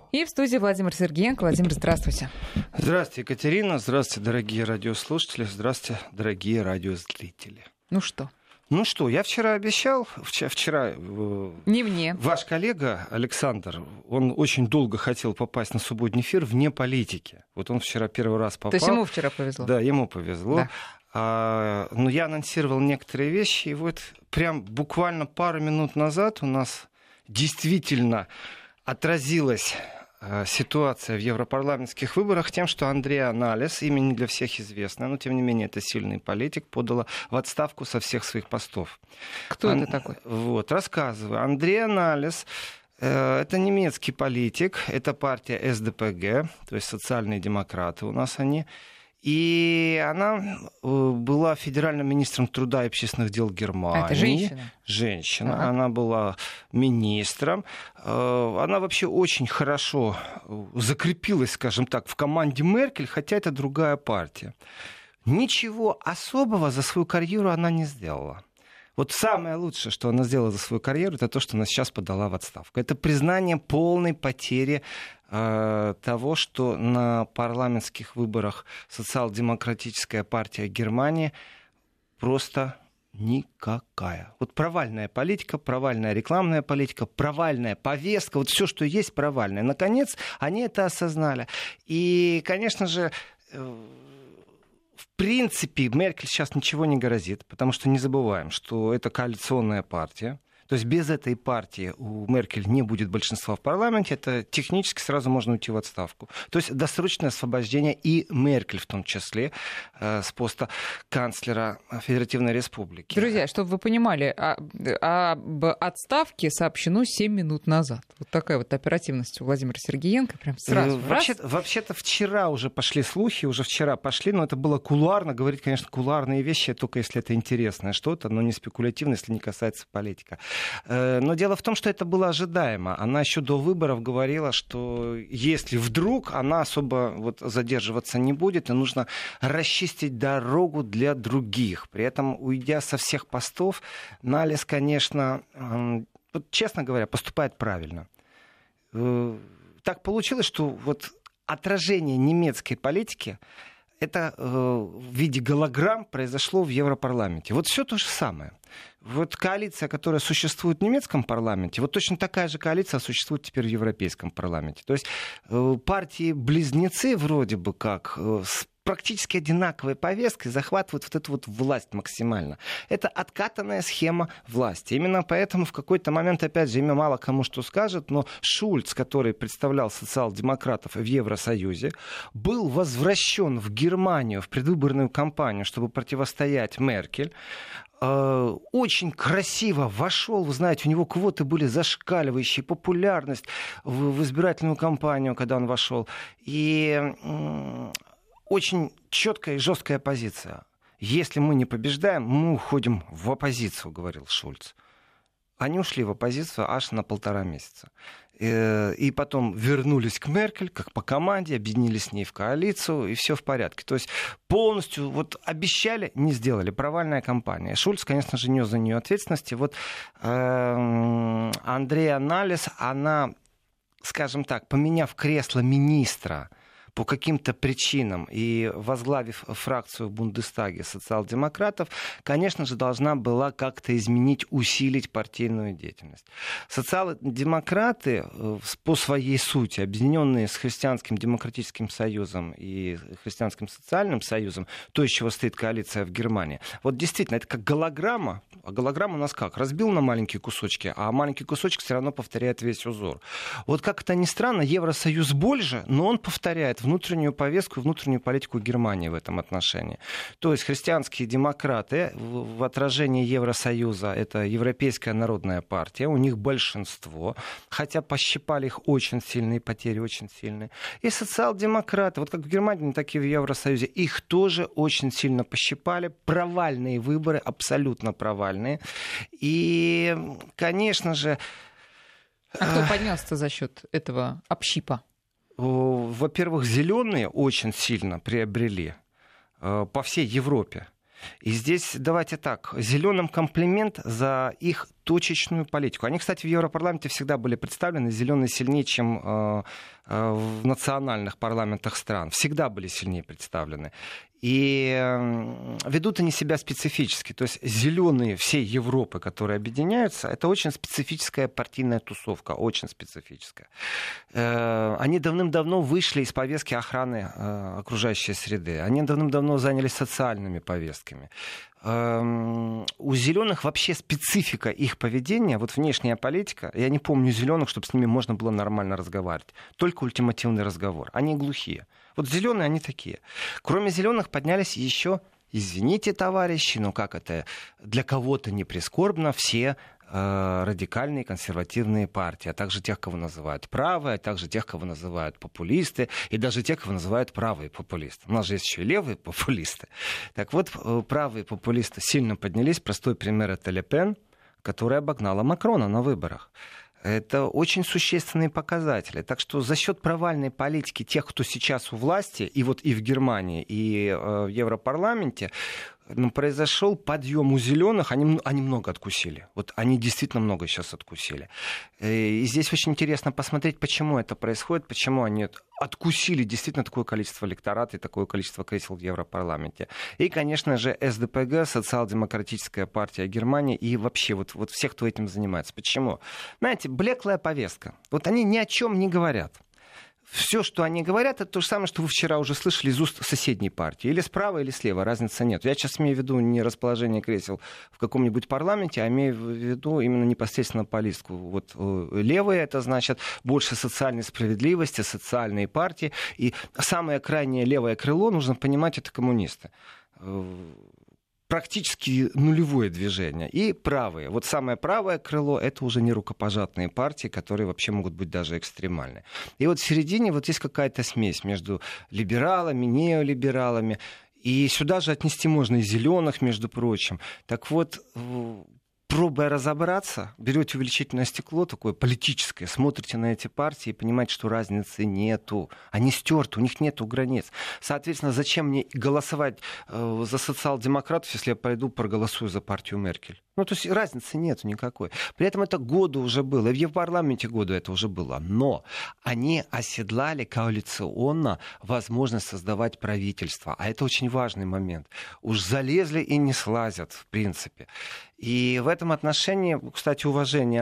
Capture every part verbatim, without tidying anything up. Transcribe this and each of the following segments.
И в студии Владимир Сергеенко. Владимир, здравствуйте. Здравствуйте, Екатерина. Здравствуйте, дорогие радиослушатели. Здравствуйте, дорогие радиозрители. Ну что? Ну что, я вчера обещал, вчера, вчера Не мне. Ваш коллега Александр, он очень долго хотел попасть на субботний эфир вне политики. Вот он вчера первый раз попал. То есть ему вчера повезло? Да, ему повезло. Да. А, но я анонсировал некоторые вещи, и вот прям буквально пару минут назад у нас действительно отразилась ситуация в европарламентских выборах тем, что Андреа Налес, имя не для всех известное, но тем не менее это сильный политик, подала в отставку со всех своих постов. Кто Ан... это такой? Вот, рассказываю. Андреа Налес э, это немецкий политик, это партия эс дэ пэ гэ, то есть социальные демократы у нас они. И она была федеральным министром труда и общественных дел Германии. А, это женщина? Женщина. Ага. Она была министром. Она вообще очень хорошо закрепилась, скажем так, в команде Меркель, хотя это другая партия. Ничего особого за свою карьеру она не сделала. Вот самое лучшее, что она сделала за свою карьеру, это то, что она сейчас подала в отставку. Это признание полной потери э, того, что на парламентских выборах социал-демократическая партия Германии просто никакая. Вот провальная политика, провальная рекламная политика, провальная повестка, вот все, что есть, провальное. Наконец, они это осознали. И, конечно же, э, в принципе, Меркель сейчас ничего не грозит, потому что не забываем, что это коалиционная партия. То есть без этой партии у Меркель не будет большинства в парламенте. Это технически сразу можно уйти в отставку. То есть досрочное освобождение и Меркель в том числе э, с поста канцлера Федеративной Республики. Друзья, чтобы вы понимали, об отставке сообщено семь минут назад. Вот такая вот оперативность у Владимира Сергеенко. Прям сразу. Э, вообще, вообще-то вчера уже пошли слухи, уже вчера пошли, но это было кулуарно. Говорить, конечно, кулуарные вещи, только если это интересное что-то, но не спекулятивно, если не касается политики. Но дело в том, что это было ожидаемо. Она еще до выборов говорила, что если вдруг она особо вот задерживаться не будет, и нужно расчистить дорогу для других. При этом, уйдя со всех постов, Налес, конечно, вот, честно говоря, поступает правильно. Так получилось, что вот отражение немецкой политики это э, в виде голограмм произошло в Европарламенте. Вот все то же самое. Вот коалиция, которая существует в немецком парламенте, вот точно такая же коалиция существует теперь в Европейском парламенте. То есть э, партии-близнецы вроде бы как э, с практически одинаковой повесткой захватывают вот эту вот власть максимально. Это откатанная схема власти. Именно поэтому в какой-то момент, опять же, имя мало кому что скажет, но Шульц, который представлял социал-демократов в Евросоюзе, был возвращен в Германию в предвыборную кампанию, чтобы противостоять Меркель. Очень красиво вошел, вы знаете, у него квоты были зашкаливающие, популярность в, в избирательную кампанию, когда он вошел. И очень четкая и жесткая позиция. Если мы не побеждаем, мы уходим в оппозицию, говорил Шульц. Они ушли в оппозицию аж на полтора месяца. И потом вернулись к Меркель, как по команде, объединились с ней в коалицию, и все в порядке. То есть полностью вот обещали, не сделали. Провальная кампания. Шульц, конечно же, нес за нее ответственность. И вот э, Андреа Налес, она, скажем так, поменяв кресло министра по каким-то причинам и возглавив фракцию в Бундестаге социал-демократов, конечно же, должна была как-то изменить, усилить партийную деятельность. Социал-демократы по своей сути, объединенные с Христианским демократическим союзом и Христианским социальным союзом, то, из чего стоит коалиция в Германии, вот действительно, это как голограмма. А голограмма у нас как? Разбил на маленькие кусочки, а маленький кусочек все равно повторяет весь узор. Вот как это ни странно, Евросоюз больше, но он повторяет внутреннюю повестку, внутреннюю политику Германии в этом отношении. То есть христианские демократы в отражении Евросоюза, это Европейская народная партия, у них большинство, хотя пощипали их очень сильные потери, очень сильные. И социал-демократы, вот как в Германии, так и в Евросоюзе, их тоже очень сильно пощипали. Провальные выборы, абсолютно провальные. И, конечно же... А кто поднялся за счет этого общипа? Во-первых, зеленые очень сильно приобрели по всей Европе. И здесь, давайте так, зеленым комплимент за их точечную политику. Они, кстати, в Европарламенте всегда были представлены, зеленые сильнее, чем э, э, в национальных парламентах стран. Всегда были сильнее представлены. И ведут они себя специфически. То есть зеленые всей Европы, которые объединяются, это очень специфическая партийная тусовка, очень специфическая. Они давным-давно вышли из повестки охраны окружающей среды. Они давным-давно занялись социальными повестками. У зеленых вообще специфика их поведения, вот внешняя политика, я не помню зеленых, чтобы с ними можно было нормально разговаривать. Только ультимативный разговор. Они глухие. Вот зеленые они такие. Кроме зеленых поднялись еще, извините, товарищи, но как это для кого-то не прискорбно, все э, радикальные консервативные партии, а также тех, кого называют правые, а также тех, кого называют популисты, и даже тех, кого называют правые популисты. У нас же есть еще и левые популисты. Так вот, правые популисты сильно поднялись. Простой пример — это Ле Пен, которая обогнала Макрона на выборах. Это очень существенные показатели. Так что за счет провальной политики тех, кто сейчас у власти, и вот и в Германии, и э, в Европарламенте, ну, произошел подъем у зеленых, они, они много откусили. Вот они действительно много сейчас откусили. И здесь очень интересно посмотреть, почему это происходит, почему они откусили действительно такое количество электората и такое количество кресел в Европарламенте. И, конечно же, эс дэ пэ гэ, Социал-демократическая партия Германии, и вообще вот, вот все, кто этим занимается. Почему? Знаете, блеклая повестка. Вот они ни о чем не говорят. Все, что они говорят, это то же самое, что вы вчера уже слышали из уст соседней партии. Или справа, или слева, разницы нет. Я сейчас имею в виду не расположение кресел в каком-нибудь парламенте, а имею в виду именно непосредственно политику. Вот левые — это значит больше социальной справедливости, социальные партии. И самое крайнее левое крыло, нужно понимать, это коммунисты. Практически нулевое движение. И правые. Вот самое правое крыло — это уже не рукопожатные партии, которые вообще могут быть даже экстремальны. И вот в середине вот есть какая-то смесь между либералами, неолибералами. И сюда же отнести можно и зеленых, между прочим. Так вот, пробуя разобраться, берете увеличительное стекло, такое политическое, смотрите на эти партии и понимаете, что разницы нету. Они стерты, у них нету границ. Соответственно, зачем мне голосовать э, за социал-демократов, если я пойду проголосую за партию Меркель? Ну, то есть разницы нету никакой. При этом это годы уже было. И в Европарламенте годы это уже было. Но они оседлали коалиционно возможность создавать правительство. А это очень важный момент. Уж залезли и не слазят, в принципе. И в этом отношении, кстати, уважение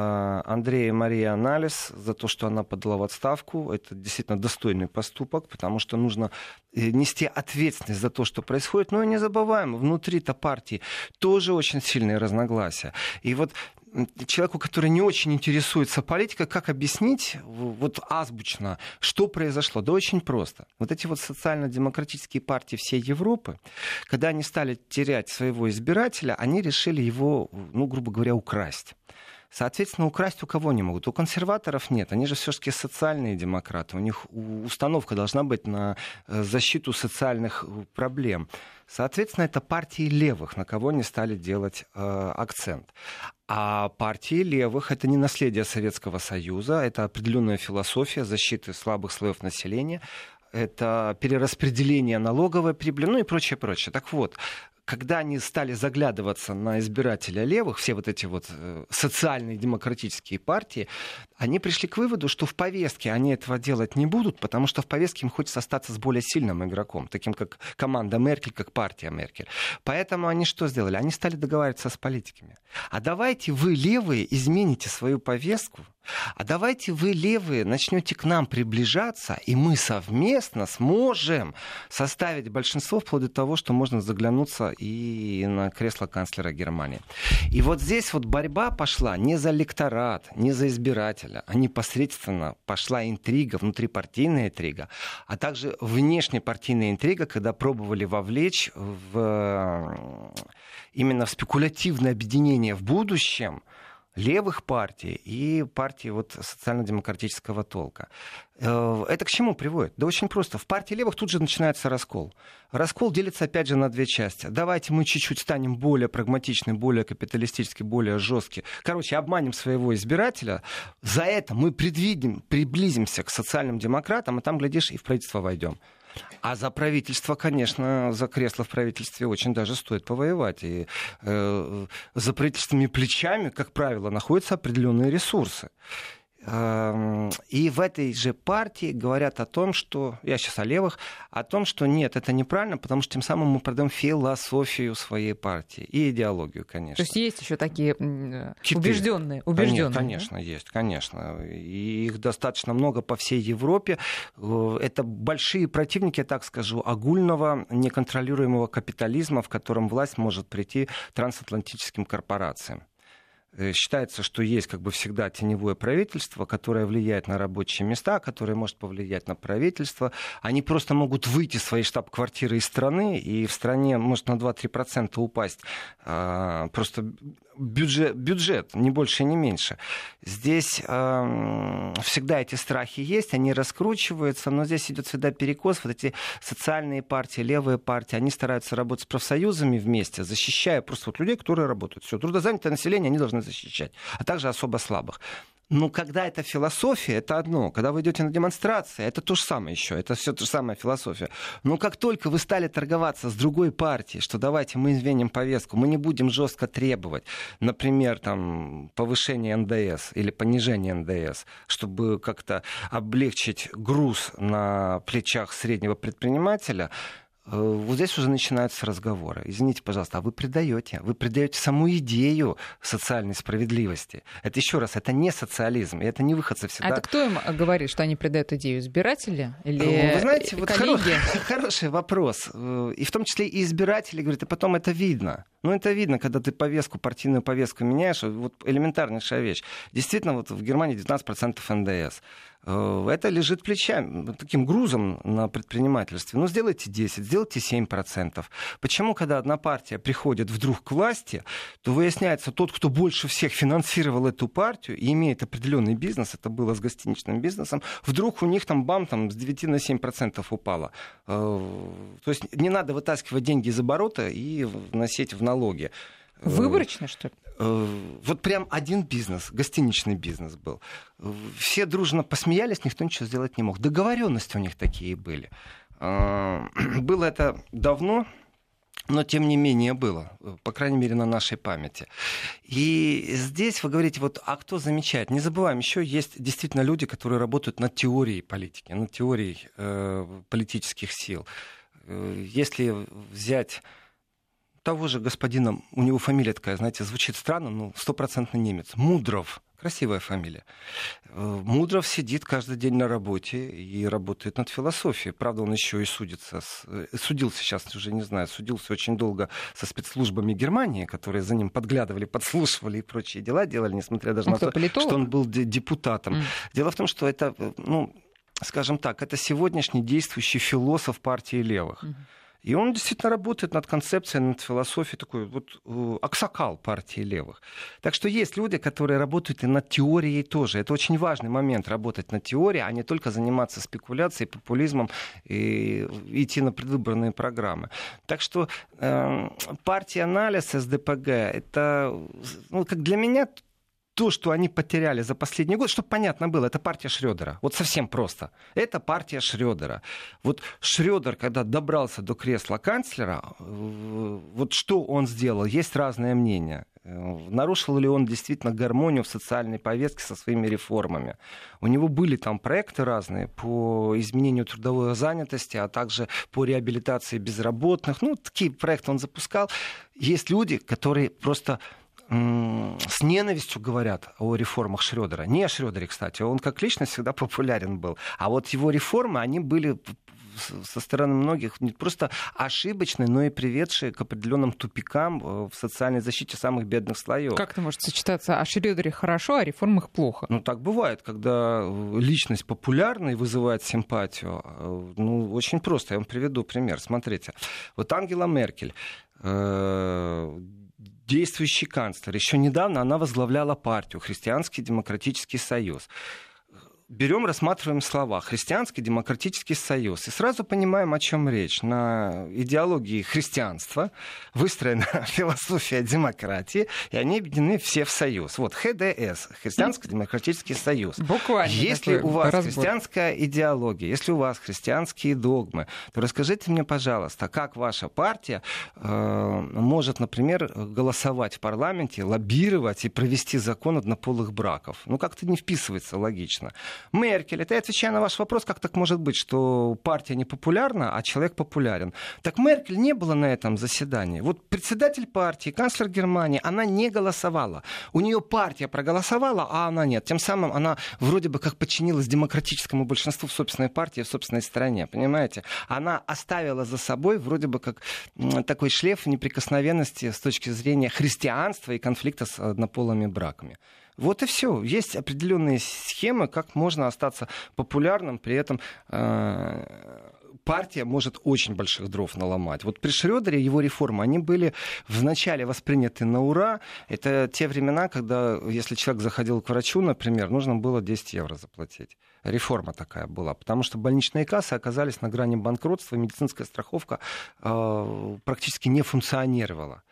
Андрея Марии Аналис за то, что она подала в отставку. Это действительно достойный поступок, потому что нужно нести ответственность за то, что происходит. Но и не забываем, внутри-то партии тоже очень сильные разногласия. И вот человеку, который не очень интересуется политикой, как объяснить вот азбучно, что произошло? Да очень просто. Вот эти вот социально-демократические партии всей Европы, когда они стали терять своего избирателя, они решили его, ну, грубо говоря, украсть. Соответственно, украсть у кого не могут? У консерваторов нет. Они же все-таки социальные демократы. У них установка должна быть на защиту социальных проблем. Соответственно, это партии левых, на кого они стали делать э, акцент. А партии левых — это не наследие Советского Союза, это определенная философия защиты слабых слоев населения, это перераспределение налоговой прибыли, ну и прочее, прочее. Так вот, когда они стали заглядываться на избирателя левых, все вот эти вот социальные демократические партии, они пришли к выводу, что в повестке они этого делать не будут, потому что в повестке им хочется остаться с более сильным игроком, таким как команда Меркель, как партия Меркель. Поэтому они что сделали? Они стали договариваться с политиками. А давайте вы, левые, измените свою повестку, а давайте вы, левые, начнете к нам приближаться, и мы совместно сможем составить большинство, вплоть до того, что можно заглянуться и на кресло канцлера Германии. И вот здесь вот борьба пошла не за электорат, не за избирателя, а непосредственно пошла интрига, внутрипартийная интрига, а также внешнепартийная интрига, когда пробовали вовлечь в, именно в спекулятивное объединение в будущем левых партий и партий вот социально-демократического толка. Это к чему приводит? Да очень просто. В партии левых тут же начинается раскол. Раскол делится опять же на две части. Давайте мы чуть-чуть станем более прагматичны, более капиталистически, более жесткие. Короче, обманем своего избирателя. За это мы предвидим, приблизимся к социальным демократам, и там, глядишь, и в правительство войдем. А за правительство, конечно, за кресло в правительстве очень даже стоит повоевать. И э, за правительственными плечами, как правило, находятся определенные ресурсы. И в этой же партии говорят о том, что, я сейчас о левых, о том, что нет, это неправильно, потому что тем самым мы продаем философию своей партии и идеологию, конечно. То есть есть еще такие убежденные, убежденные? Конечно, да? Есть, конечно. И их достаточно много по всей Европе. Это большие противники, так скажу, огульного неконтролируемого капитализма, в котором власть может прийти трансатлантическим корпорациям. Считается, что есть как бы всегда теневое правительство, которое влияет на рабочие места, которое может повлиять на правительство. Они просто могут выйти из своей штаб-квартиры из страны, и в стране может на два-три процента упасть а, просто бюджет, бюджет, ни больше, ни меньше. Здесь а, всегда эти страхи есть, они раскручиваются, но здесь идет всегда перекос. Вот эти социальные партии, левые партии, они стараются работать с профсоюзами вместе, защищая просто вот людей, которые работают. Все, трудозанятое население они должны защищать, а также особо слабых. Но когда это философия, это одно. Когда вы идете на демонстрации, это то же самое еще. Это все то же самое философия. Но как только вы стали торговаться с другой партией, что давайте мы изменим повестку, мы не будем жестко требовать, например, там, повышение эн дэ эс или понижение эн дэ эс, чтобы как-то облегчить груз на плечах среднего предпринимателя, вот здесь уже начинаются разговоры. Извините, пожалуйста, а вы предаете? Вы предаете саму идею социальной справедливости. Это еще раз, это не социализм, и это не выходцы всегда. А это кто им говорит, что они предают идею? Избиратели или Вы знаете, вот коллеги? Хоро- хороший вопрос. И в том числе и избиратели говорят, и потом это видно. Ну, это видно, когда ты повестку, партийную повестку меняешь. Вот элементарнейшая вещь. Действительно, вот в Германии девятнадцать процентов эн дэ эс. Это лежит плечами, таким грузом на предпринимательстве. Ну, сделайте десять, сделайте семь процентов. Почему, когда одна партия приходит вдруг к власти, то выясняется, тот, кто больше всех финансировал эту партию и имеет определенный бизнес, это было с гостиничным бизнесом, вдруг у них там бам, там с девяти на семь процентов упало. То есть не надо вытаскивать деньги из оборота и вносить в налоги. Выборочно, что ли? Вот прям один бизнес, гостиничный бизнес был. Все дружно посмеялись, никто ничего сделать не мог. Договоренности у них такие были. Было это давно, но тем не менее было, по крайней мере, на нашей памяти. И здесь вы говорите, вот, а кто замечает? Не забываем, еще есть действительно люди, которые работают над теорией политики, над теорией э, политических сил. Если взять того же господина, у него фамилия такая, знаете, звучит странно, но стопроцентно немец. Мудров. Красивая фамилия. Мудров сидит каждый день на работе и работает над философией. Правда, он еще и судится. С... Судился сейчас, уже не знаю, судился очень долго со спецслужбами Германии, которые за ним подглядывали, подслушивали и прочие дела делали, несмотря даже он на кто, то, политолог? что он был депутатом. Mm. Дело в том, что это, ну, скажем так, это сегодняшний действующий философ партии левых. Mm. И он действительно работает над концепцией, над философией, такой вот э, аксакал партии левых. Так что есть люди, которые работают и над теорией тоже. Это очень важный момент, работать над теорией, а не только заниматься спекуляцией, популизмом и идти на предвыборные программы. Так что э, партия анализ эс дэ пэ гэ, это, ну, как для меня... То, что они потеряли за последний год, чтобы понятно было, это партия Шрёдера. Вот совсем просто. Это партия Шрёдера. Вот Шрёдер, когда добрался до кресла канцлера, вот что он сделал? Есть разные мнения. Нарушил ли он действительно гармонию в социальной повестке со своими реформами? У него были там проекты разные по изменению трудовой занятости, а также по реабилитации безработных. Ну, такие проекты он запускал. Есть люди, которые просто... с ненавистью говорят о реформах Шрёдера. Не о Шрёдере, кстати. Он как личность всегда популярен был. А вот его реформы, они были со стороны многих не просто ошибочные, но и приведшие к определенным тупикам в социальной защите самых бедных слоев. Как это может сочетаться? О Шрёдере хорошо, а реформах плохо? Ну, так бывает, когда личность популярна и вызывает симпатию. Ну, очень просто. Я вам приведу пример. Смотрите. Вот Ангела Меркель, действующий канцлер. Еще недавно она возглавляла партию Христианский демократический союз. берем, рассматриваем слова «Христианский демократический союз». И сразу понимаем, о чем речь. На идеологии христианства выстроена философия демократии, и они объединены все в союз. Вот ха дэ эс, Христианский демократический союз. Буквально. Если у вас разбор. христианская идеология, если у вас христианские догмы, то расскажите мне, пожалуйста, как ваша партия э, может, например, голосовать в парламенте, лоббировать и провести закон однополых браков? Ну, как-то не вписывается логично. Меркель, это я отвечаю на ваш вопрос, как так может быть, что партия не популярна, а человек популярен. Так Меркель не было на этом заседании. Вот председатель партии, канцлер Германии, она не голосовала. У нее партия проголосовала, а она нет. Тем самым она вроде бы как подчинилась демократическому большинству в собственной партии, в собственной стране, понимаете? Она оставила за собой вроде бы как такой шлейф неприкосновенности с точки зрения христианства и конфликта с однополыми браками. Вот и все. Есть определенные схемы, как можно остаться популярным, при этом э, партия может очень больших дров наломать. Вот при Шрёдере его реформы, они были вначале восприняты на ура. Это те времена, когда, если человек заходил к врачу, например, нужно было десять евро заплатить. Реформа такая была, потому что больничные кассы оказались на грани банкротства, медицинская страховка э, практически не функционировала.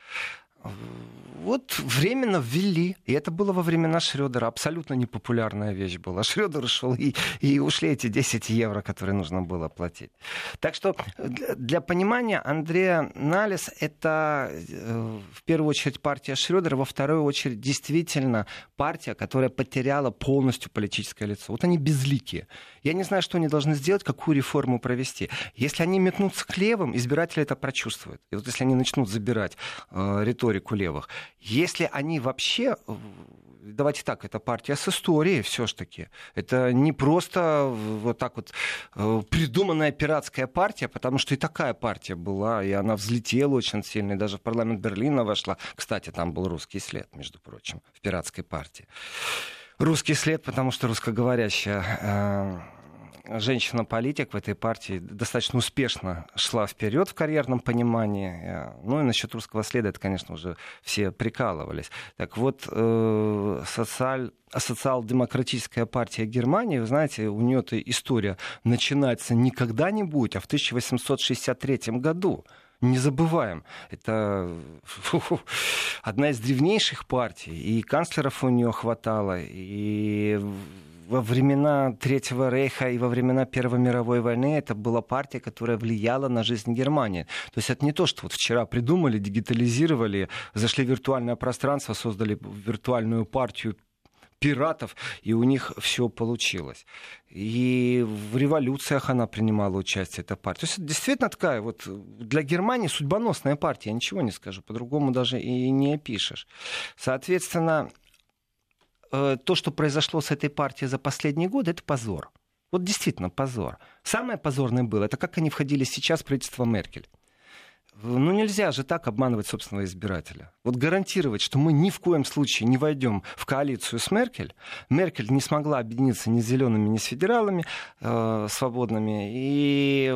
Вот временно ввели, и это было во времена Шрёдера, абсолютно непопулярная вещь была. Шрёдер ушел, и, и ушли эти десять евро, которые нужно было платить. Так что для понимания, Андреа Налес — это в первую очередь партия Шрёдера, во вторую очередь действительно партия, которая потеряла полностью политическое лицо. Вот они безликие. Я не знаю, что они должны сделать, какую реформу провести. Если они метнутся к левым, избиратели это прочувствуют. И вот если они начнут забирать э, риторику левых, если они вообще, давайте так, это партия с историей все-таки. Это не просто вот так вот придуманная пиратская партия, потому что и такая партия была, и она взлетела очень сильно, и даже в парламент Берлина вошла. Кстати, там был русский след, между прочим, в пиратской партии. Русский след, потому что русскоговорящая женщина-политик в этой партии достаточно успешно шла вперед в карьерном понимании. Ну и насчет русского следа, это, конечно, уже все прикалывались. Так вот, социаль... социал-демократическая партия Германии, вы знаете, у нее-то история начинается не когда-нибудь, а в тысяча восемьсот шестьдесят третьем году. Не забываем, это фу, одна из древнейших партий, и канцлеров у нее хватало, и во времена Третьего рейха и во времена Первой мировой войны это была партия, которая влияла на жизнь Германии. То есть это не то, что вот вчера придумали, дигитализировали, зашли в виртуальное пространство, создали виртуальную партию пиратов, и у них все получилось. И в революциях она принимала участие, эта партия. То есть это действительно такая вот для Германии судьбоносная партия, я ничего не скажу, по-другому даже и не опишешь. Соответственно, то, что произошло с этой партией за последние годы, это позор. Вот действительно позор. Самое позорное было, это как они входили сейчас в правительство Меркель. Ну, нельзя же так обманывать собственного избирателя. Вот гарантировать, что мы ни в коем случае не войдем в коалицию с Меркель. Меркель не смогла объединиться ни с зелеными, ни с федералами э, свободными. И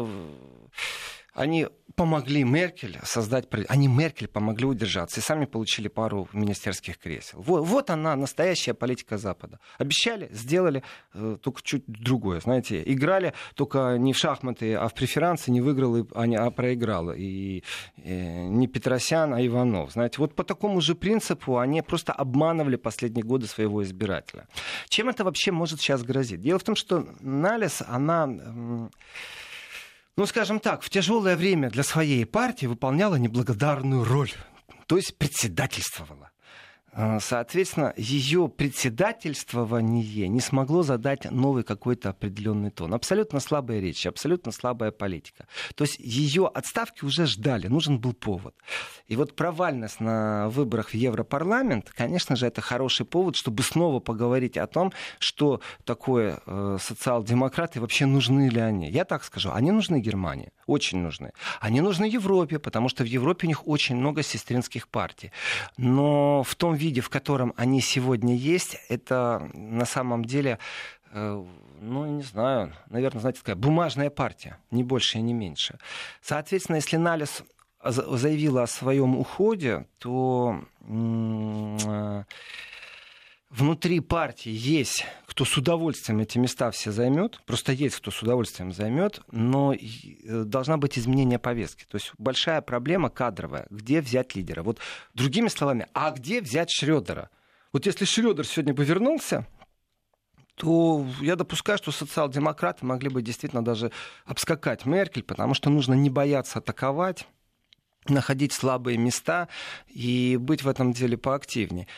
они помогли Меркель создать... Они Меркель помогли удержаться и сами получили пару министерских кресел. Вот, вот она, настоящая политика Запада. Обещали, сделали, э, только чуть другое. Знаете, играли только не в шахматы, а в преферансы, не выиграл, а, не, а проиграл. И э, не Петросян, а Иванов. Знаете, вот по такому же принципу они просто обманывали последние годы своего избирателя. Чем это вообще может сейчас грозить? Дело в том, что Налес, она... Э, ну, скажем так, в тяжелое время для своей партии выполняла неблагодарную роль, то есть председательствовала. Соответственно, ее председательствование не смогло задать новый какой-то определенный тон. Абсолютно слабая речь, абсолютно слабая политика. То есть ее отставки уже ждали, нужен был повод. И вот провальность на выборах в Европарламент, конечно же, это хороший повод, чтобы снова поговорить о том, что такое э, социал-демократы, вообще нужны ли они. Я так скажу, они нужны Германии, очень нужны. Они нужны Европе, потому что в Европе у них очень много сестринских партий. Но в том виде, в котором они сегодня есть, это на самом деле, э, ну, не знаю, наверное, знаете, такая бумажная партия, не больше и не меньше. Соответственно, если Налес заявила о своем уходе, то э, внутри партии есть кто с удовольствием эти места все займет, просто есть кто с удовольствием займет, но должна быть изменение повестки. То есть большая проблема кадровая. Где взять лидера? Вот другими словами, а где взять Шрёдера? Вот если Шрёдер сегодня бы вернулся, то я допускаю, что социал-демократы могли бы действительно даже обскакать Меркель, потому что нужно не бояться атаковать, находить слабые места и быть в этом деле поактивнее.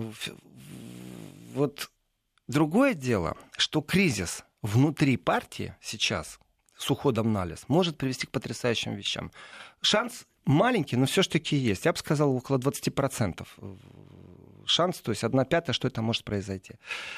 Вот другое дело, что кризис внутри партии сейчас с уходом на лес может привести к потрясающим вещам. Шанс маленький, но все-таки есть. Я бы сказал, около двадцать процентов шанс, то есть одна пятая, что это может произойти.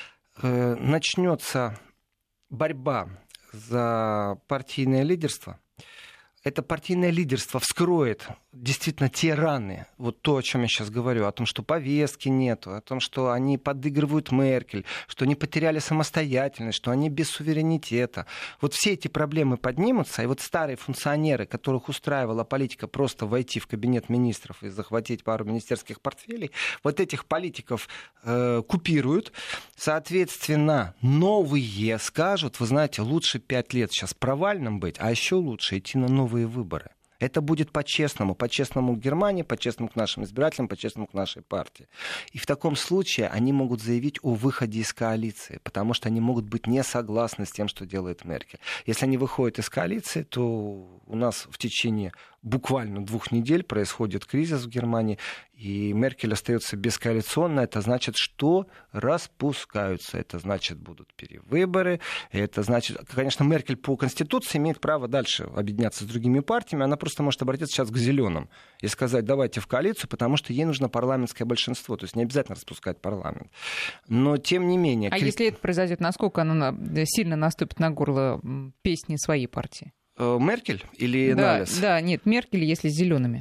Начнется борьба за партийное лидерство. Это партийное лидерство вскроет действительно те раны, вот то, о чем я сейчас говорю, о том, что повестки нету, о том, что они подыгрывают Меркель, что они потеряли самостоятельность, что они без суверенитета. Вот все эти проблемы поднимутся, и вот старые функционеры, которых устраивала политика просто войти в кабинет министров и захватить пару министерских портфелей, вот этих политиков э, купируют. Соответственно, новые скажут, вы знаете, лучше пять лет сейчас провальным быть, а еще лучше идти на новые выборы. Это будет по-честному, по-честному к Германии, по-честному к нашим избирателям, по-честному к нашей партии. И в таком случае они могут заявить о выходе из коалиции, потому что они могут быть не согласны с тем, что делает Меркель. Если они выходят из коалиции, то у нас в течение буквально двух недель происходит кризис в Германии, и Меркель остается бескоалиционной. Это значит, что распускаются. Это значит, будут перевыборы. Это значит, конечно, Меркель по Конституции имеет право дальше объединяться с другими партиями. Она просто может обратиться сейчас к зеленым и сказать, давайте в коалицию, потому что ей нужно парламентское большинство. То есть не обязательно распускать парламент. Но тем не менее... А если это произойдет, насколько она сильно наступит на горло песни своей партии? Меркель или да, Налес? Да, нет, Меркель, если с зелеными.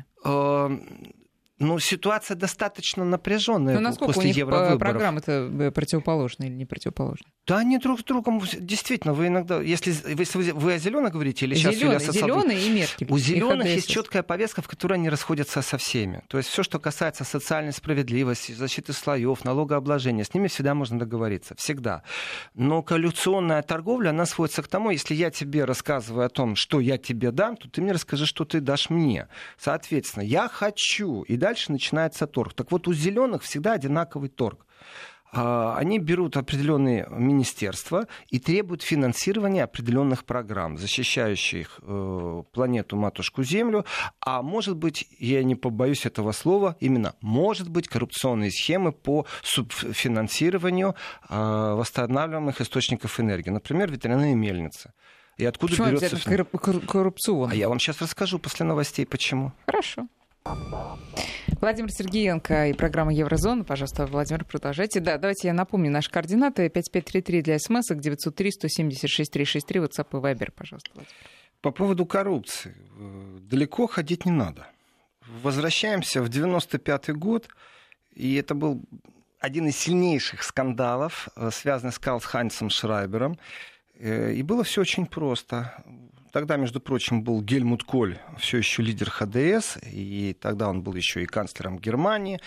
Ну, ситуация достаточно напряженная после евровыборов. Но насколько у них программы-то противоположны или не противоположны? Да, они друг с другом, действительно, вы иногда, если, если вы о зеленых говорите, или сейчас... Зеленые, зеленые и Меркель. У зеленых есть четкая повестка, в которой они расходятся со всеми. То есть все, что касается социальной справедливости, защиты слоев, налогообложения, с ними всегда можно договориться, всегда. Но коалиционная торговля, она сводится к тому, если я тебе рассказываю о том, что я тебе дам, то ты мне расскажи, что ты дашь мне. Соответственно, я хочу, и дальше начинается торг. Так вот, у зеленых всегда одинаковый торг. Они берут определенные министерства и требуют финансирования определенных программ, защищающих э, планету матушку Землю. А может быть, я не побоюсь этого слова, именно может быть коррупционные схемы по субфинансированию э, восстанавливаемых источников энергии, например, ветряные мельницы. И откуда почему берется это коррупционно? А я вам сейчас расскажу после новостей, почему. Хорошо. Владимир Сергеенко и программа «Еврозона». Пожалуйста, Владимир, продолжайте. Да, давайте я напомню наши координаты. пять пять три три для смс, девять ноль три сто семьдесят шесть триста шестьдесят три, WhatsApp и Viber, пожалуйста, Владимир. По поводу коррупции. Далеко ходить не надо. Возвращаемся в девяносто пятый год, и это был один из сильнейших скандалов, связанных с Карл-Хайнцем Шрайбером. И было все очень просто. Тогда, между прочим, был Гельмут Коль, все еще лидер ха дэ эс, и тогда он был еще и канцлером Германии.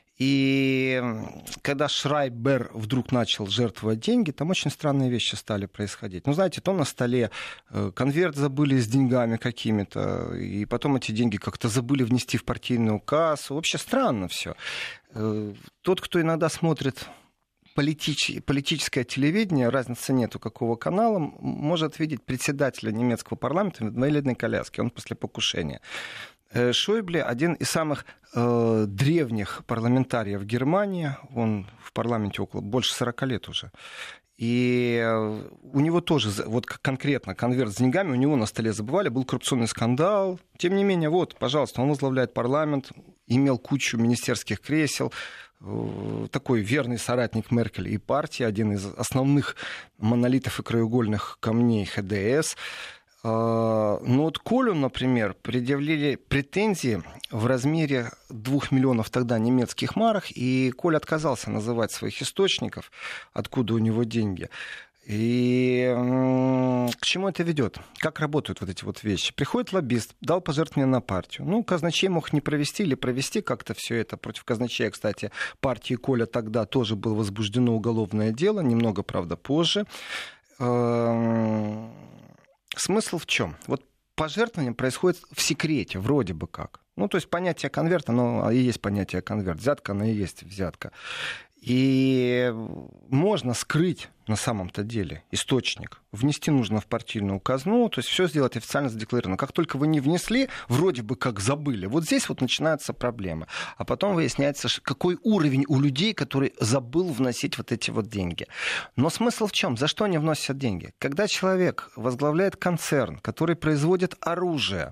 И когда Шрайбер вдруг начал жертвовать деньги, там очень странные вещи стали происходить. Ну, знаете, то на столе конверт забыли с деньгами какими-то, и потом эти деньги как-то забыли внести в партийную кассу. Вообще странно все. Тот, кто иногда смотрит Политич... политическое телевидение, разницы нет у какого канала, может видеть председателя немецкого парламента в инвалидной коляске, он после покушения. Шойбле один из самых э, древних парламентариев Германии, он в парламенте около больше сорока лет уже. И у него тоже, вот конкретно конверт с деньгами, у него на столе забывали, был коррупционный скандал. Тем не менее, вот, пожалуйста, он возглавляет парламент, имел кучу министерских кресел, такой верный соратник Меркель и партии, один из основных монолитов и краеугольных камней ха дэ эс. Но вот Колю, например, предъявили претензии в размере двух миллионов тогда немецких марок, и Коль отказался называть своих источников, откуда у него деньги. И чему это ведет? Как работают вот эти вот вещи? Приходит лоббист, дал пожертвование на партию. Ну, казначей мог не провести или провести как-то все это. Против казначея, кстати, партии Коля тогда тоже было возбуждено уголовное дело, немного, правда, позже. Смысл в чем? Вот пожертвование происходит в секрете, вроде бы как. Ну, то есть понятие конверт, оно и есть понятие конверт. Взятка, оно и есть взятка. И можно скрыть на самом-то деле источник. Внести нужно в партийную казну, то есть все сделать официально задекларировано. Как только вы не внесли, вроде бы как забыли, вот здесь вот начинается проблема. А потом выясняется, какой уровень у людей, который забыл вносить вот эти вот деньги. Но смысл в чем? За что они вносят деньги? Когда человек возглавляет концерн, который производит оружие,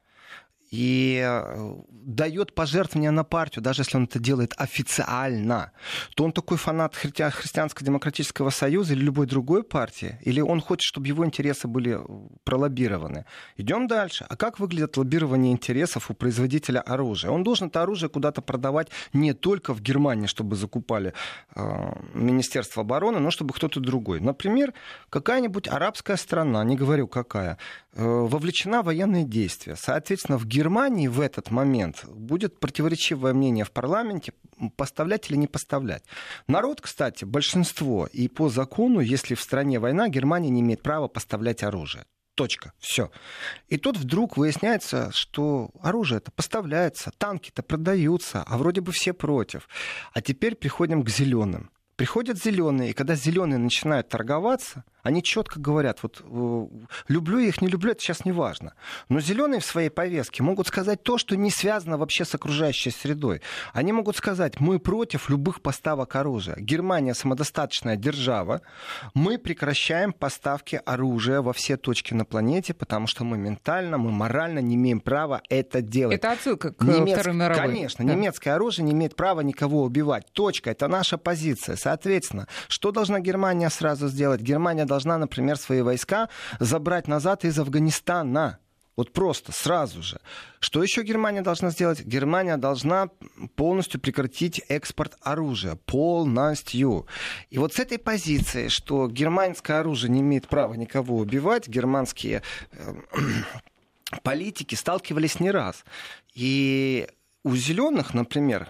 и дает пожертвования на партию, даже если он это делает официально, то он такой фанат хри- Христианско-демократического союза или любой другой партии, или он хочет, чтобы его интересы были пролоббированы. Идем дальше. А как выглядит лоббирование интересов у производителя оружия? Он должен это оружие куда-то продавать не только в Германии, чтобы закупали э, Министерство обороны, но чтобы кто-то другой. Например, какая-нибудь арабская страна, не говорю какая, э, вовлечена в военные действия. Соответственно, в Германии В Германии в этот момент будет противоречивое мнение в парламенте, поставлять или не поставлять. Народ, кстати, большинство, и по закону, если в стране война, Германия не имеет права поставлять оружие. Точка. Все. И тут вдруг выясняется, что оружие-то поставляется, танки-то продаются, а вроде бы все против. А теперь приходим к зеленым. Приходят зеленые, и когда зеленые начинают торговаться, они четко говорят, вот люблю я их, не люблю, это сейчас не важно. Но зеленые в своей повестке могут сказать то, что не связано вообще с окружающей средой. Они могут сказать, мы против любых поставок оружия. Германия самодостаточная держава, мы прекращаем поставки оружия во все точки на планете, потому что мы ментально, мы морально не имеем права это делать. Это отсылка к Немец... Второй мировой. Конечно, да. Немецкое оружие не имеет права никого убивать. Точка, это наша позиция. Соответственно, что должна Германия сразу сделать? Германия должна, например, свои войска забрать назад из Афганистана. Вот просто, сразу же. Что еще Германия должна сделать? Германия должна полностью прекратить экспорт оружия. Полностью. И вот с этой позиции, что германское оружие не имеет права никого убивать, германские э, политики сталкивались не раз. И у зеленых, например,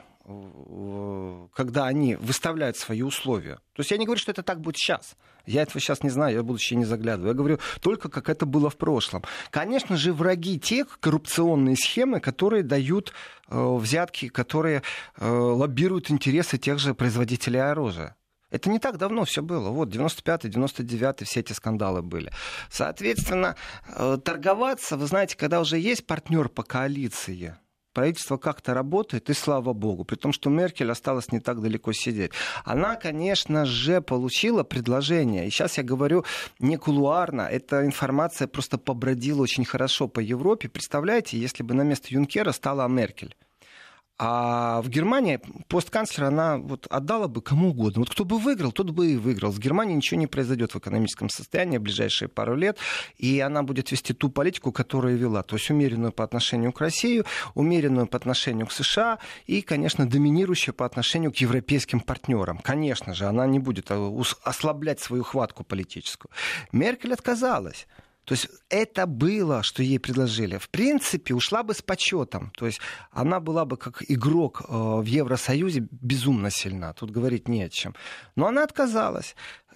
когда они выставляют свои условия. То есть я не говорю, что это так будет сейчас. Я этого сейчас не знаю, я в будущее не заглядываю. Я говорю только, как это было в прошлом. Конечно же, враги тех коррупционные схемы, которые дают э, взятки, которые э, лоббируют интересы тех же производителей оружия. Это не так давно все было. Вот, девяносто пятый, девяносто девятый, все эти скандалы были. Соответственно, э, торговаться, вы знаете, когда уже есть партнер по коалиции, правительство как-то работает, и слава богу, при том, что Меркель осталась не так далеко сидеть. Она, конечно же, получила предложение. И сейчас я говорю не кулуарно, эта информация просто побродила очень хорошо по Европе. Представляете, если бы на место Юнкера стала Меркель. А в Германии постканцлера она вот отдала бы кому угодно. Вот кто бы выиграл, тот бы и выиграл. С Германией ничего не произойдет в экономическом состоянии в ближайшие пару лет. И она будет вести ту политику, которую вела. То есть умеренную по отношению к России, умеренную по отношению к США и, конечно, доминирующую по отношению к европейским партнерам. Конечно же, она не будет ослаблять свою хватку политическую. Меркель отказалась. То есть это было, что ей предложили. В принципе, ушла бы с почетом. То есть она была бы как игрок в Евросоюзе безумно сильна. Тут говорить не о чем. Но она отказалась.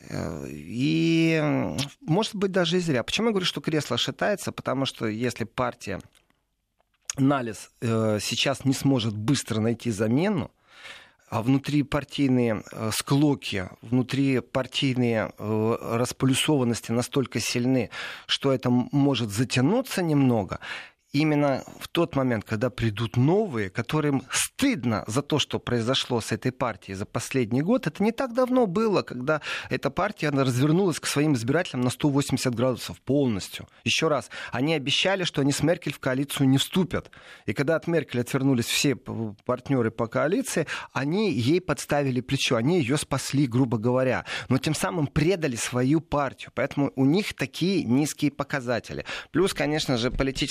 И, может быть, даже и зря. Почему я говорю, что кресло шатается? Потому что если партия Налис сейчас не сможет быстро найти замену, а внутрипартийные склоки, внутрипартийные располюсованности настолько сильны, что это может затянуться немного. Именно в тот момент, когда придут новые, которым стыдно за то, что произошло с этой партией за последний год, это не так давно было, когда эта партия она развернулась к своим избирателям на сто восемьдесят градусов полностью. Еще раз, они обещали, что они с Меркель в коалицию не вступят. И когда от Меркель отвернулись все партнеры по коалиции, они ей подставили плечо, они ее спасли, грубо говоря, но тем самым предали свою партию. Поэтому у них такие низкие показатели. Плюс, конечно же, политическая повестка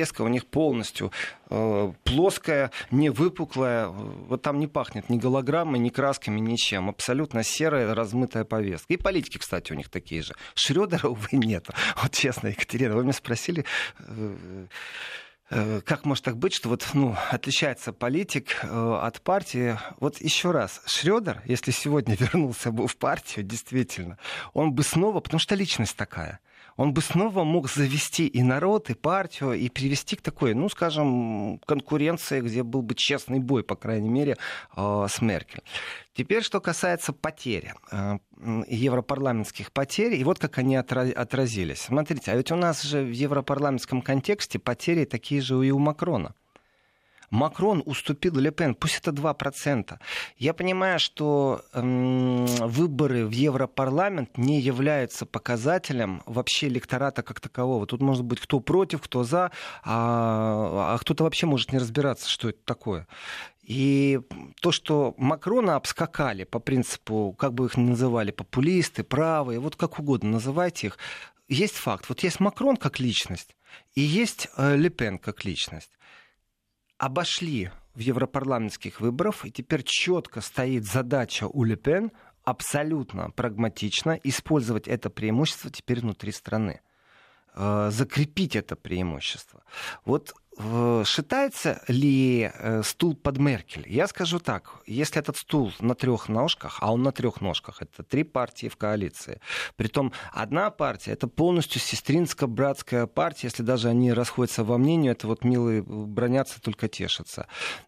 повестка у них полностью э, плоская, не выпуклая. Вот там не пахнет ни голограммой, ни красками, ничем. Абсолютно серая, размытая повестка. И политики, кстати, у них такие же. Шрёдера, увы, нет. Вот честно, Екатерина, вы меня спросили... Э, Как может так быть, что вот, ну, отличается политик э, от партии? Вот еще раз, Шрёдер, если сегодня вернулся бы в партию, действительно, он бы снова, потому что личность такая, он бы снова мог завести и народ, и партию, и привести к такой, ну, скажем, конкуренции, где был бы честный бой, по крайней мере, э, с Меркель. Теперь, что касается потерь, э, европарламентских потерь, и вот как они отразились. Смотрите, а ведь у нас же в европарламентском контексте потери такие же и у Макрона. Макрон уступил Ле Пен, пусть это два процента. Я понимаю, что эм, выборы в Европарламент не являются показателем вообще электората как такового. Тут может быть кто против, кто за, а, а кто-то вообще может не разбираться, что это такое. И то, что Макрона обскакали по принципу, как бы их ни называли, популисты, правые, вот как угодно называйте их, есть факт. Вот есть Макрон как личность, и есть э, Ле Пен как личность. Обошли в европарламентских выборах, и теперь четко стоит задача у Ле Пен абсолютно прагматично использовать это преимущество теперь внутри страны. Э, закрепить это преимущество. Вот считается ли стул под Меркель? Я скажу так, если этот стул на трех ножках, а он на трех ножках, это три партии в коалиции, притом одна партия, это полностью сестринско-братская партия, если даже они расходятся во мнении, это вот милые бронятся, только тешатся.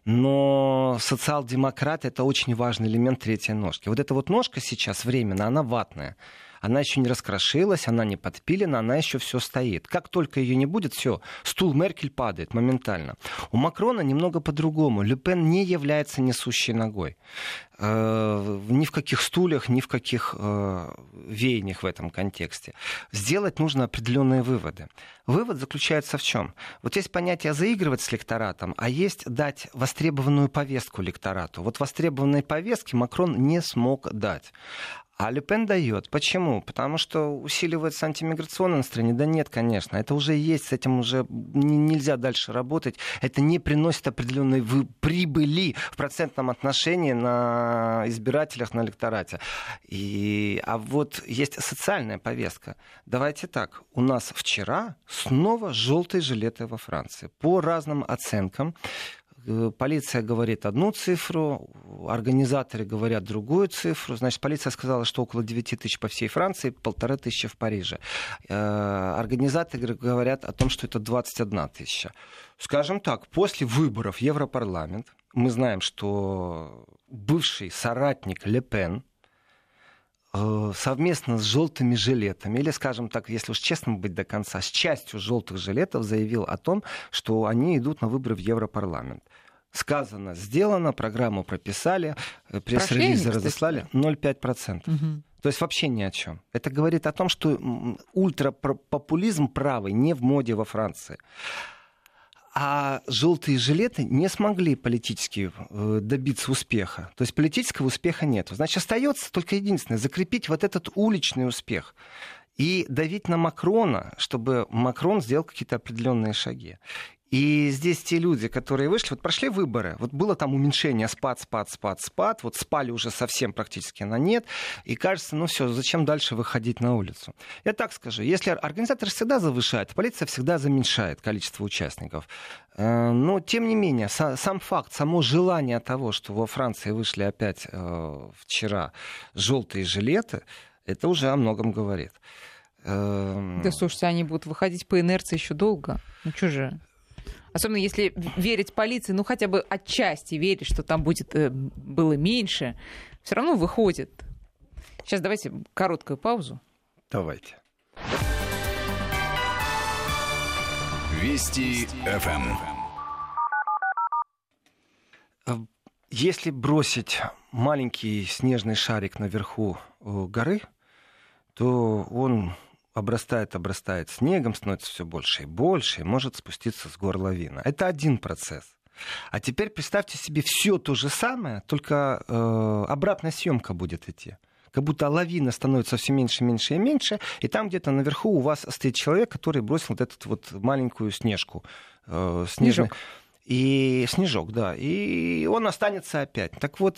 Но социал-демократ — это очень важный элемент третьей ножки. Вот эта вот ножка сейчас временно, она ватная. Она еще не раскрошилась, она не подпилена, она еще все стоит. Как только ее не будет, все, стул Меркель падает моментально. У Макрона немного по-другому. Ле Пен не является несущей ногой. Э, ни в каких стульях, ни в каких э, веяниях в этом контексте. Сделать нужно определенные выводы. Вывод заключается в чем? Вот есть понятие заигрывать с электоратом, а есть дать востребованную повестку электорату. Вот востребованной повестки Макрон не смог дать. А Ле Пен дает. Почему? Потому что усиливается антимиграционное настроение. Да нет, конечно. Это уже есть, с этим уже нельзя дальше работать. Это не приносит определенной прибыли в процентном отношении на избирателях, на электорате. И... А вот есть социальная повестка. Давайте так. У нас вчера снова желтые жилеты во Франции. По разным оценкам. Полиция говорит одну цифру, организаторы говорят другую цифру. Значит, полиция сказала, что около девять тысяч по всей Франции, полторы тысячи в Париже. Организаторы говорят о том, что это двадцать одна тысяча. Скажем так, после выборов в Европарламент мы знаем, что бывший соратник Ле Пен совместно с желтыми жилетами, или, скажем так, если уж честно быть до конца, с частью желтых жилетов заявил о том, что они идут на выборы в Европарламент. Сказано, сделано, программу прописали, пресс-релизы разослали, ноль целых пять десятых процента. Угу. То есть вообще ни о чем. Это говорит о том, что ультрапопулизм правый не в моде во Франции. А желтые жилеты не смогли политически добиться успеха. То есть политического успеха нет. Значит, остается только единственное — закрепить вот этот уличный успех и давить на Макрона, чтобы Макрон сделал какие-то определенные шаги. И здесь те люди, которые вышли, вот прошли выборы, вот было там уменьшение, спад, спад, спад, спад, вот спали уже совсем практически на нет, и кажется, ну все, зачем дальше выходить на улицу? Я так скажу, если организаторы всегда завышают, полиция всегда заменьшает количество участников, но тем не менее, сам факт, само желание того, что во Франции вышли опять вчера желтые жилеты, это уже о многом говорит. Да слушайте, они будут выходить по инерции еще долго, ну что же... Особенно если верить полиции, ну хотя бы отчасти верить, что там будет, э, было меньше, все равно выходит. Сейчас давайте короткую паузу. Давайте. Вести эф эм. Если бросить маленький снежный шарик наверху горы, то он обрастает, обрастает снегом, становится все больше и больше, и может спуститься с гор лавина. Это один процесс. А теперь представьте себе все то же самое, только э, обратная съемка будет идти. Как будто лавина становится все меньше, меньше и меньше, и там где-то наверху у вас стоит человек, который бросил вот эту вот маленькую снежку. Э, снежный... Снежок. И снежок, да. И он останется опять. Так вот,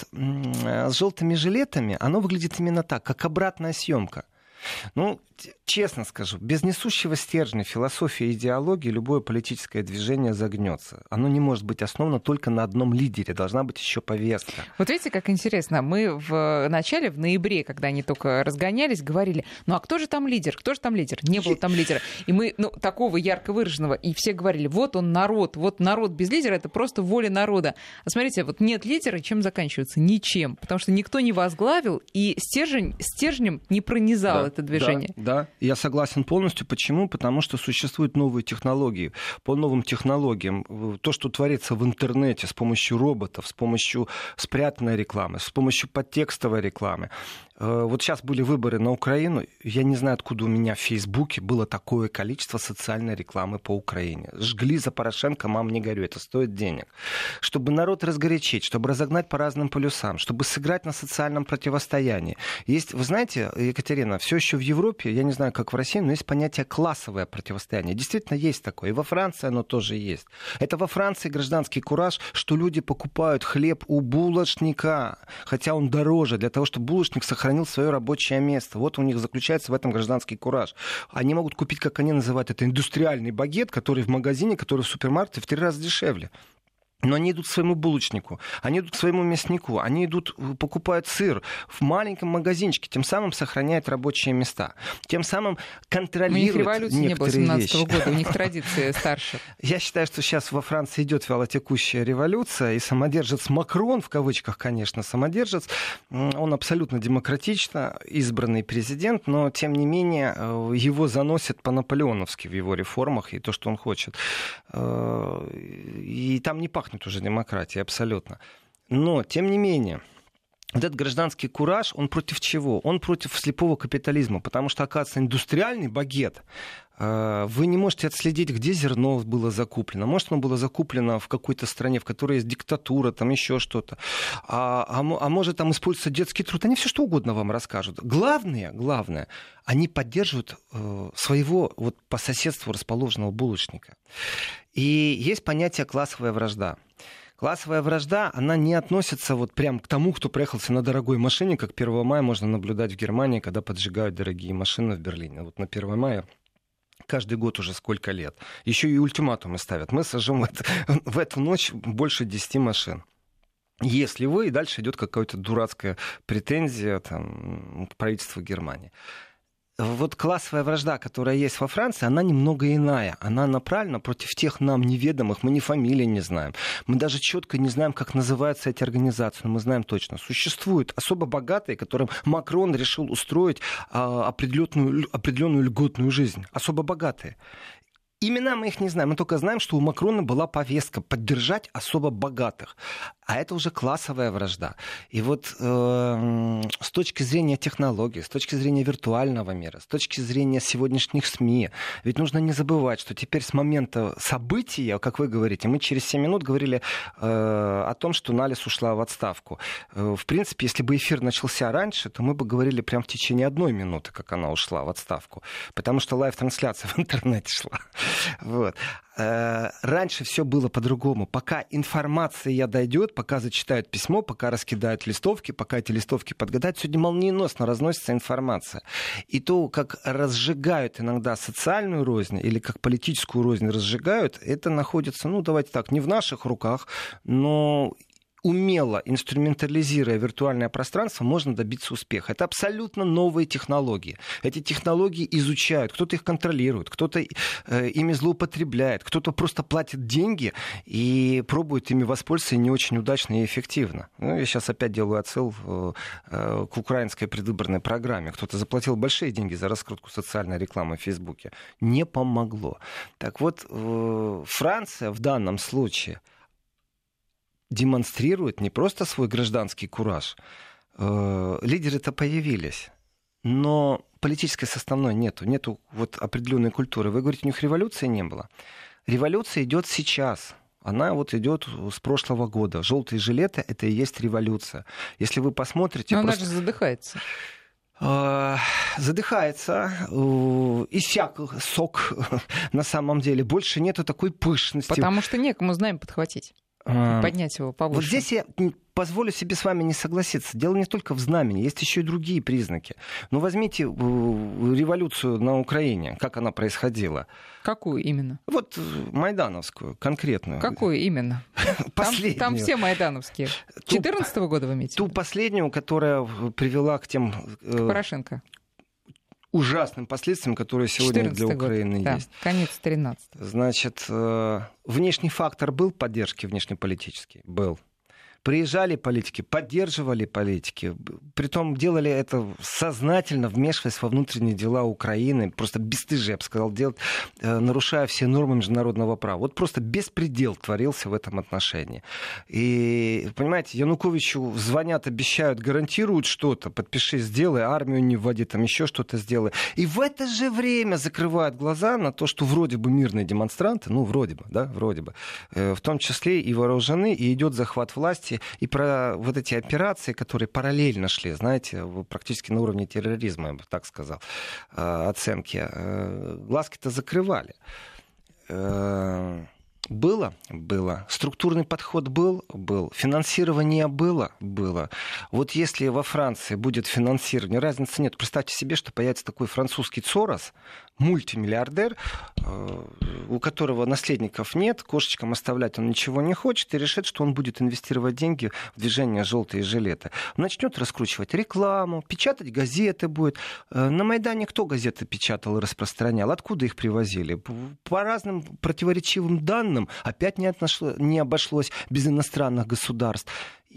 с желтыми жилетами оно выглядит именно так, как обратная съемка. Ну, честно скажу, без несущего стержня философии и идеологии любое политическое движение загнется. Оно не может быть основано только на одном лидере. Должна быть еще повестка. Вот видите, как интересно. Мы в начале, в ноябре, когда они только разгонялись, говорили, ну а кто же там лидер? Кто же там лидер? Не было там лидера. И мы, ну, такого ярко выраженного, и все говорили, вот он народ, вот народ без лидера, это просто воля народа. А смотрите, вот нет лидера, чем заканчивается? Ничем. Потому что никто не возглавил, и стержень, стержнем не пронизал Да, это движение. Да, да, я согласен полностью. Почему? Потому что существуют новые технологии. По новым технологиям то, что творится в интернете с помощью роботов, с помощью спрятанной рекламы, с помощью подтекстовой рекламы. Вот сейчас были выборы на Украину. Я не знаю, откуда у меня в Фейсбуке было такое количество социальной рекламы по Украине. Жгли за Порошенко, мам, не горю, это стоит денег. Чтобы народ разгорячить, чтобы разогнать по разным полюсам, чтобы сыграть на социальном противостоянии. Есть, вы знаете, Екатерина, все еще в Европе, я не знаю, как в России, но есть понятие классовое противостояние. Действительно есть такое. И во Франции оно тоже есть. Это во Франции гражданский кураж, что люди покупают хлеб у булочника, хотя он дороже, для того, чтобы булочник сохранил сохранил свое рабочее место. Вот у них заключается в этом гражданский кураж. Они могут купить, как они называют это, индустриальный багет, который в магазине, который в супермаркете в три раза дешевле. Но они идут к своему булочнику, они идут к своему мяснику, они идут, покупают сыр в маленьком магазинчике, тем самым сохраняют рабочие места, тем самым контролируют некоторые вещи. У них революции не было семнадцатого года, у них традиции старше. Я считаю, что сейчас во Франции идет вялотекущая революция, и самодержец Макрон, в кавычках, конечно, самодержец, он абсолютно демократично избранный президент, но, тем не менее, его заносят по-наполеоновски в его реформах и то, что он хочет. И там не пахнет уже демократией, абсолютно. Но, тем не менее, вот этот гражданский кураж, он против чего? Он против слепого капитализма, потому что, оказывается, индустриальный багет, вы не можете отследить, где зерно было закуплено. Может, оно было закуплено в какой-то стране, в которой есть диктатура, там еще что-то. А, а, а может, там используется детский труд. Они все что угодно вам расскажут. Главное, главное, они поддерживают э, своего вот, по соседству расположенного булочника. И есть понятие классовая вражда. Классовая вражда, она не относится вот прям к тому, кто проехался на дорогой машине, как первого мая можно наблюдать в Германии, когда поджигают дорогие машины в Берлине. Вот на первое мая каждый год уже сколько лет. Еще и ультиматумы ставят. Мы сожжем в, это, в эту ночь больше десяти машин. Если вы, и дальше идет какая-то дурацкая претензия там, к правительству Германии. Вот классовая вражда, которая есть во Франции, она немного иная. Она направлена против тех нам неведомых. Мы ни фамилии не знаем. Мы даже четко не знаем, как называются эти организации. Но мы знаем точно. Существуют особо богатые, которым Макрон решил устроить а, определенную, определенную льготную жизнь. Особо богатые. Имена мы их не знаем. Мы только знаем, что у Макрона была повестка поддержать особо богатых. А это уже классовая вражда. И вот э, с точки зрения технологий, с точки зрения виртуального мира, с точки зрения сегодняшних СМИ, ведь нужно не забывать, что теперь с момента события, как вы говорите, мы через семь минут говорили э, о том, что Налис ушла в отставку. Э, в принципе, если бы эфир начался раньше, то мы бы говорили прямо в течение одной минуты, как она ушла в отставку. Потому что лайв-трансляция в интернете шла. Вот. Раньше все было по-другому. Пока информация дойдет, пока зачитают письмо, пока раскидают листовки, пока эти листовки подгадают, сегодня молниеносно разносится информация. И то, как разжигают иногда социальную рознь или как политическую рознь разжигают, это находится, ну, давайте так, не в наших руках, но умело инструментализируя виртуальное пространство, можно добиться успеха. Это абсолютно новые технологии. Эти технологии изучают, кто-то их контролирует, кто-то э, ими злоупотребляет, кто-то просто платит деньги и пробует ими воспользоваться и не очень удачно и эффективно. Ну, я сейчас опять делаю отсыл э, э, к украинской предвыборной программе. Кто-то заплатил большие деньги за раскрутку социальной рекламы в Фейсбуке. Не помогло. Так вот, э, Франция в данном случае демонстрирует не просто свой гражданский кураж. Лидеры-то появились, но политической составной нету. Нету вот определенной культуры. Вы говорите, у них революции не было. Революция идет сейчас. Она вот идет с прошлого года. Желтые жилеты — это и есть революция. Если вы посмотрите... Но просто... она же задыхается. Задыхается, иссяк сок на самом деле. Больше нету такой пышности. Потому что некому знаем подхватить. Поднять его повыше. Вот здесь я позволю себе с вами не согласиться. Дело не только в знамени, есть еще и другие признаки. Ну, возьмите революцию на Украине, как она происходила. Какую именно? Вот майдановскую, конкретную. Какую именно? Последнюю. Там, там все майдановские. четырнадцатого года вы имеете? Ту последнюю, которая привела к тем... К Порошенко. Ужасным последствиям, которые сегодня для Украины год, есть. Да, конец тринадцатого. Значит, внешний фактор был поддержки внешнеполитический? Был. Приезжали политики, поддерживали политики. Притом делали это сознательно, вмешиваясь во внутренние дела Украины. Просто бесстыжие, я бы сказал, делать, нарушая все нормы международного права. Вот просто беспредел творился в этом отношении. И, понимаете, Януковичу звонят, обещают, гарантируют что-то. Подпиши, сделай, армию не вводи, там еще что-то сделай. И в это же время закрывают глаза на то, что вроде бы мирные демонстранты, ну, вроде бы, да, вроде бы, в том числе и вооружены, и идет захват власти. И про вот эти операции, которые параллельно шли, знаете, практически на уровне терроризма, я бы так сказал, оценки, глазки-то закрывали. Было? Было. Структурный подход был? Был. Финансирование было? Было. Вот если во Франции будет финансирование, разницы нет. Представьте себе, что появится такой французский Сорос, мультимиллиардер, у которого наследников нет, кошечкам оставлять он ничего не хочет, и решит, что он будет инвестировать деньги в движение «Желтые жилеты». Он начнет раскручивать рекламу, печатать газеты будет. На Майдане кто газеты печатал и распространял? Откуда их привозили? По разным противоречивым данным опять не, отношло, не обошлось без иностранных государств.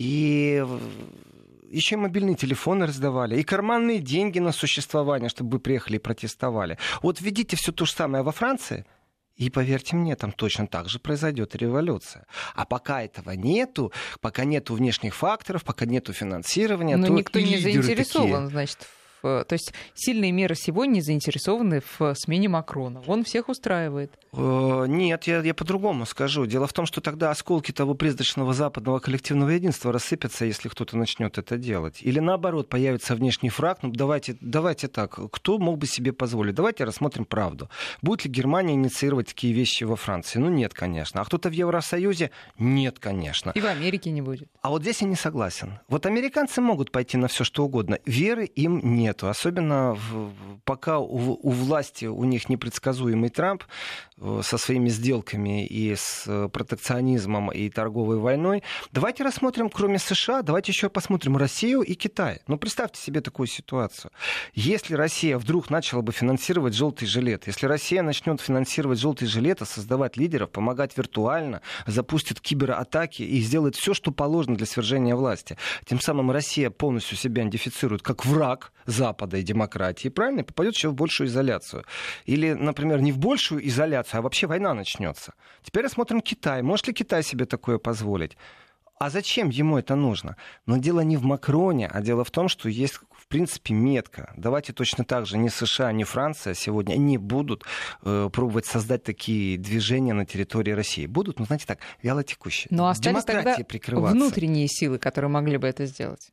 И еще и мобильные телефоны раздавали, и карманные деньги на существование, чтобы вы приехали и протестовали. Вот введите все то же самое во Франции, и поверьте мне, там точно так же произойдет революция. А пока этого нету, пока нету внешних факторов, пока нету финансирования, но то никто и не заинтересован, такие. Значит, в... то есть сильные меры сегодня не заинтересованы в смене Макрона. Он всех устраивает. Нет, я, я по-другому скажу. Дело в том, что тогда осколки того призрачного западного коллективного единства рассыпятся, если кто-то начнет это делать. Или наоборот, появится внешний фраг. Ну, давайте, давайте так. Кто мог бы себе позволить? Давайте рассмотрим правду. Будет ли Германия инициировать такие вещи во Франции? Ну, нет, конечно. А кто-то в Евросоюзе? Нет, конечно. И в Америке не будет. А вот здесь я не согласен. Вот американцы могут пойти на все что угодно. Веры им нету. Особенно в, пока у, у власти у них непредсказуемый Трамп со своими сделками и с протекционизмом и торговой войной. Давайте рассмотрим, кроме США, давайте еще посмотрим Россию и Китай. Ну, представьте себе такую ситуацию. Если Россия вдруг начала бы финансировать «Желтый жилет», если Россия начнет финансировать «Желтый жилет», создавать лидеров, помогать виртуально, запустит кибератаки и сделает все, что положено для свержения власти, тем самым Россия полностью себя идентифицирует как враг Запада и демократии, правильно, и попадет еще в большую изоляцию. Или, например, не в большую изоляцию, а вообще война начнется. Теперь рассмотрим Китай. Может ли Китай себе такое позволить? А зачем ему это нужно? Но дело не в Макроне, а дело в том, что есть, в принципе, метка. Давайте точно так же ни США, ни Франция сегодня не будут э, пробовать создать такие движения на территории России. Будут, ну, знаете, так, вялотекущие. Но остались тогда внутренние силы, которые могли бы это сделать.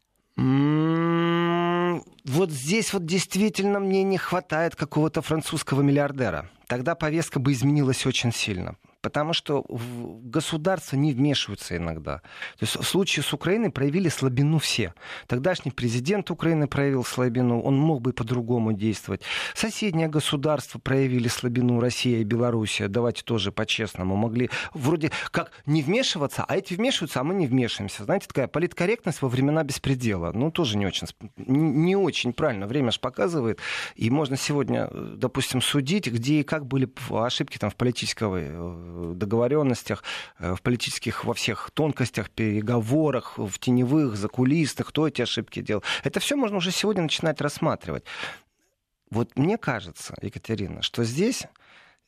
М-м-м, вот здесь вот действительно мне не хватает какого-то французского миллиардера. Тогда повестка бы изменилась очень сильно. Потому что государства не вмешиваются иногда. То есть в случае с Украиной проявили слабину все. Тогдашний президент Украины проявил слабину, он мог бы по-другому действовать. Соседние государства проявили слабину, Россия и Белоруссия, давайте тоже по-честному, могли вроде как не вмешиваться, а эти вмешиваются, а мы не вмешиваемся. Знаете, такая политкорректность во времена беспредела. Ну, тоже не очень, не очень правильно. Время же показывает. И можно сегодня, допустим, судить, где и как были ошибки там, в политической договоренностях, в политических во всех тонкостях, переговорах, в теневых, закулисных, кто эти ошибки делал. Это все можно уже сегодня начинать рассматривать. Вот мне кажется, Екатерина, что здесь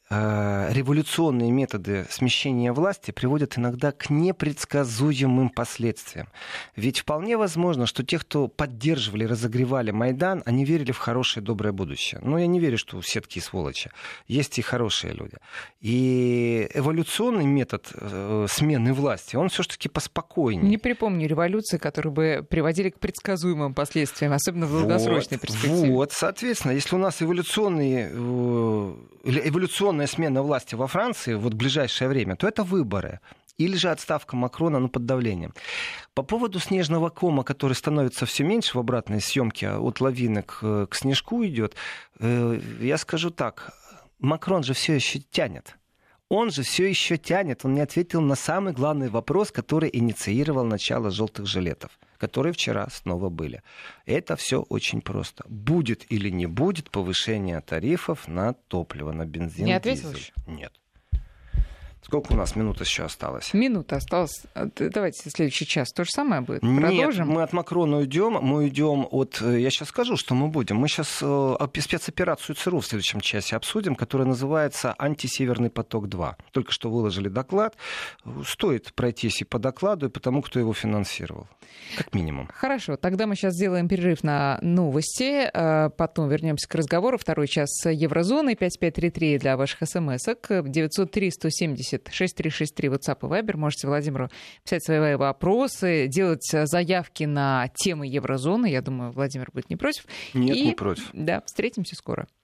революционные методы смещения власти приводят иногда к непредсказуемым последствиям. Ведь вполне возможно, что те, кто поддерживали, разогревали Майдан, они верили в хорошее, доброе будущее. Но я не верю, что все такие сволочи. Есть и хорошие люди. И эволюционный метод э, смены власти, он все-таки поспокойнее. Не припомню революции, которые бы приводили к предсказуемым последствиям, особенно в долгосрочной вот, перспективе. Вот, соответственно, если у нас эволюционный, э, эволюционная смена власти во Франции вот в ближайшее время, то это выборы. Или же отставка Макрона, ну, под давлением. По поводу снежного кома, который становится все меньше в обратной съемке, от лавины к, к снежку идет, э, я скажу так, Макрон же все еще тянет. Он же все еще тянет. Он не ответил на самый главный вопрос, который инициировал начало желтых жилетов, которые вчера снова были. Это все очень просто. Будет или не будет повышение тарифов на топливо, на бензин, не ответил дизель? еще? Нет. Сколько у нас минут еще осталось? Минута осталась. Давайте следующий час то же самое будет. Нет, Продолжим? мы от Макрона уйдем. Мы уйдем от... Я сейчас скажу, что мы будем. Мы сейчас спецоперацию ЦРУ в следующем часе обсудим, которая называется «Антисеверный поток-два». Только что выложили доклад. Стоит пройтись и по докладу, и по тому, кто его финансировал. Как минимум. Хорошо, тогда мы сейчас сделаем перерыв на новости, потом вернемся к разговору. Второй час Еврозоны, пять пять три три для ваших смс-ок, девятьсот три сто семьдесят шесть триста шестьдесят три WhatsApp и Viber. Можете Владимиру писать свои вопросы, делать заявки на темы Еврозоны. Я думаю, Владимир будет не против. Нет, и, не против. Да, встретимся скоро.